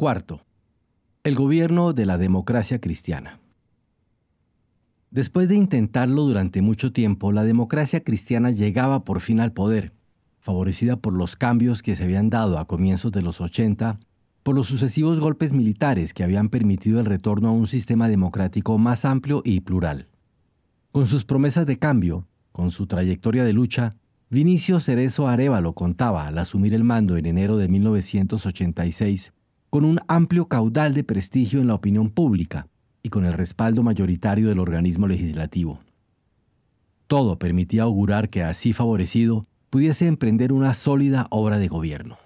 Cuarto, el gobierno de la democracia cristiana. Después de intentarlo durante mucho tiempo, la democracia cristiana llegaba por fin al poder, favorecida por los cambios que se habían dado a comienzos de los 80, por los sucesivos golpes militares que habían permitido el retorno a un sistema democrático más amplio y plural. Con sus promesas de cambio, con su trayectoria de lucha, Vinicio Cerezo Arévalo contaba, al asumir el mando en enero de 1986, con un amplio caudal de prestigio en la opinión pública y con el respaldo mayoritario del organismo legislativo. Todo permitía augurar que, así favorecido, pudiese emprender una sólida obra de gobierno.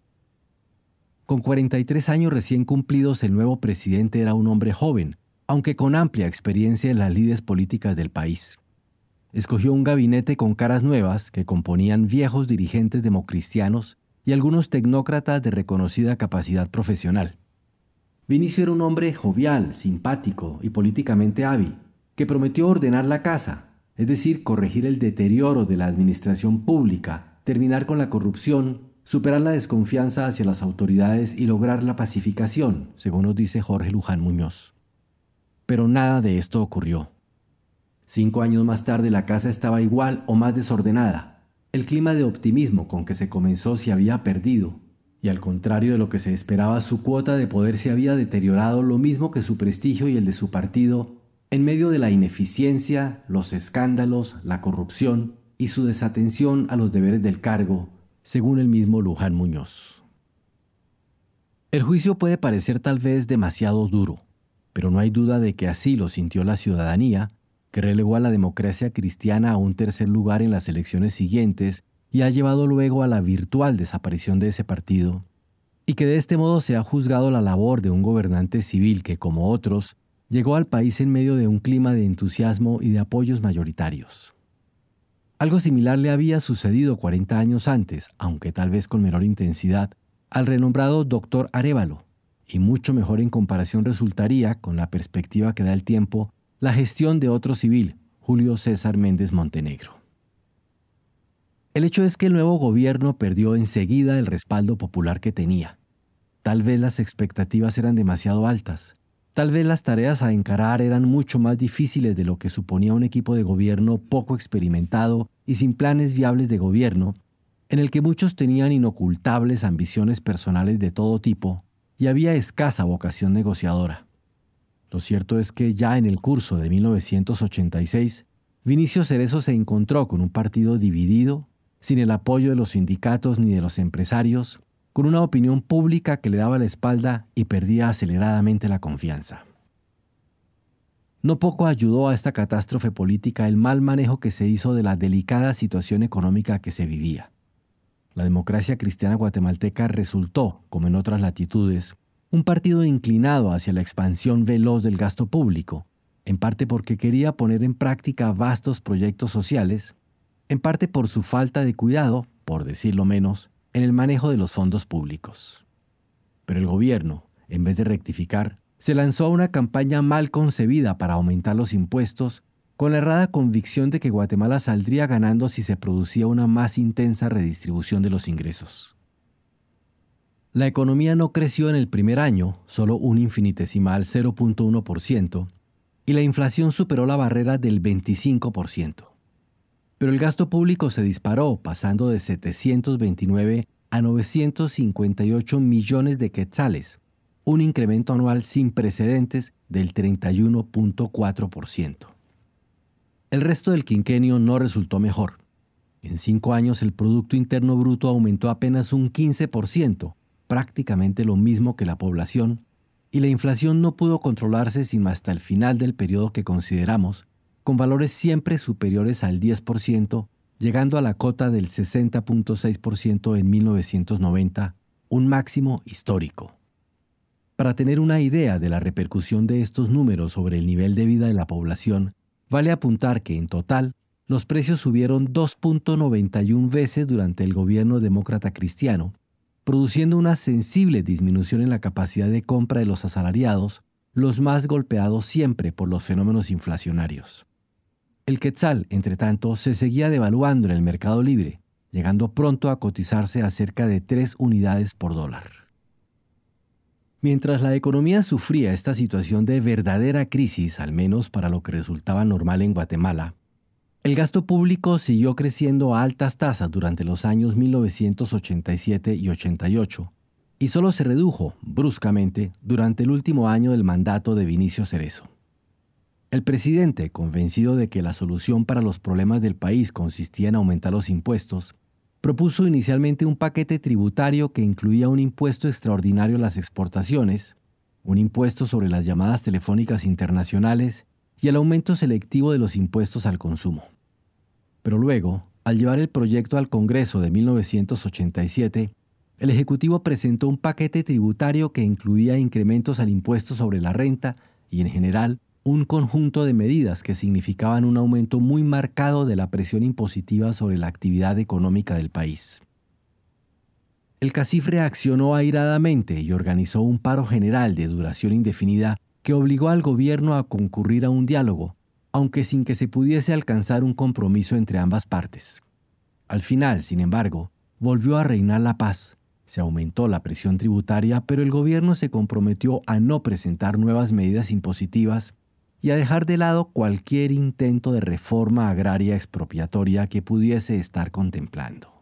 Con 43 años recién cumplidos, el nuevo presidente era un hombre joven, aunque con amplia experiencia en las lides políticas del país. Escogió un gabinete con caras nuevas que componían viejos dirigentes democristianos y algunos tecnócratas de reconocida capacidad profesional. Vinicio era un hombre jovial, simpático y políticamente hábil, que prometió ordenar la casa, es decir, corregir el deterioro de la administración pública, terminar con la corrupción, superar la desconfianza hacia las autoridades y lograr la pacificación, según nos dice Jorge Luján Muñoz. Pero nada de esto ocurrió. 5 años más tarde la casa estaba igual o más desordenada. El clima de optimismo con que se comenzó se había perdido, y al contrario de lo que se esperaba, su cuota de poder se había deteriorado lo mismo que su prestigio y el de su partido, en medio de la ineficiencia, los escándalos, la corrupción y su desatención a los deberes del cargo, según el mismo Luján Muñoz. El juicio puede parecer tal vez demasiado duro, pero no hay duda de que así lo sintió la ciudadanía, que relegó a la democracia cristiana a un tercer lugar en las elecciones siguientes y ha llevado luego a la virtual desaparición de ese partido, y que de este modo se ha juzgado la labor de un gobernante civil que, como otros, llegó al país en medio de un clima de entusiasmo y de apoyos mayoritarios. Algo similar le había sucedido 40 años antes, aunque tal vez con menor intensidad, al renombrado Dr. Arévalo, y mucho mejor en comparación resultaría, con la perspectiva que da el tiempo, la gestión de otro civil, Julio César Méndez Montenegro. El hecho es que el nuevo gobierno perdió enseguida el respaldo popular que tenía. Tal vez las expectativas eran demasiado altas. Tal vez las tareas a encarar eran mucho más difíciles de lo que suponía un equipo de gobierno poco experimentado y sin planes viables de gobierno, en el que muchos tenían inocultables ambiciones personales de todo tipo y había escasa vocación negociadora. Lo cierto es que ya en el curso de 1986, Vinicio Cerezo se encontró con un partido dividido, sin el apoyo de los sindicatos ni de los empresarios, con una opinión pública que le daba la espalda y perdía aceleradamente la confianza. No poco ayudó a esta catástrofe política el mal manejo que se hizo de la delicada situación económica que se vivía. La democracia cristiana guatemalteca resultó, como en otras latitudes, un partido inclinado hacia la expansión veloz del gasto público, en parte porque quería poner en práctica vastos proyectos sociales, en parte por su falta de cuidado, por decirlo menos, en el manejo de los fondos públicos. Pero el gobierno, en vez de rectificar, se lanzó a una campaña mal concebida para aumentar los impuestos, con la errada convicción de que Guatemala saldría ganando si se producía una más intensa redistribución de los ingresos. La economía no creció en el primer año, solo un infinitesimal 0.1%, y la inflación superó la barrera del 25%. Pero el gasto público se disparó, pasando de 729 a 958 millones de quetzales, un incremento anual sin precedentes del 31.4%. El resto del quinquenio no resultó mejor. En 5 años el Producto Interno Bruto aumentó apenas un 15%, prácticamente lo mismo que la población, y la inflación no pudo controlarse sino hasta el final del periodo que consideramos, con valores siempre superiores al 10%, llegando a la cota del 60.6% en 1990, un máximo histórico. Para tener una idea de la repercusión de estos números sobre el nivel de vida de la población, vale apuntar que en total los precios subieron 2.91 veces durante el gobierno demócrata cristiano, produciendo una sensible disminución en la capacidad de compra de los asalariados, los más golpeados siempre por los fenómenos inflacionarios. El quetzal, entre tanto, se seguía devaluando en el mercado libre, llegando pronto a cotizarse a cerca de 3 unidades por dólar. Mientras la economía sufría esta situación de verdadera crisis, al menos para lo que resultaba normal en Guatemala, el gasto público siguió creciendo a altas tasas durante los años 1987 y 88 y solo se redujo bruscamente durante el último año del mandato de Vinicio Cerezo. El presidente, convencido de que la solución para los problemas del país consistía en aumentar los impuestos, propuso inicialmente un paquete tributario que incluía un impuesto extraordinario a las exportaciones, un impuesto sobre las llamadas telefónicas internacionales y el aumento selectivo de los impuestos al consumo. Pero luego, al llevar el proyecto al Congreso de 1987, el Ejecutivo presentó un paquete tributario que incluía incrementos al impuesto sobre la renta y, en general, un conjunto de medidas que significaban un aumento muy marcado de la presión impositiva sobre la actividad económica del país. El CACIF reaccionó airadamente y organizó un paro general de duración indefinida que obligó al gobierno a concurrir a un diálogo, aunque sin que se pudiese alcanzar un compromiso entre ambas partes. Al final, sin embargo, volvió a reinar la paz. Se aumentó la presión tributaria, pero el gobierno se comprometió a no presentar nuevas medidas impositivas y a dejar de lado cualquier intento de reforma agraria expropiatoria que pudiese estar contemplando.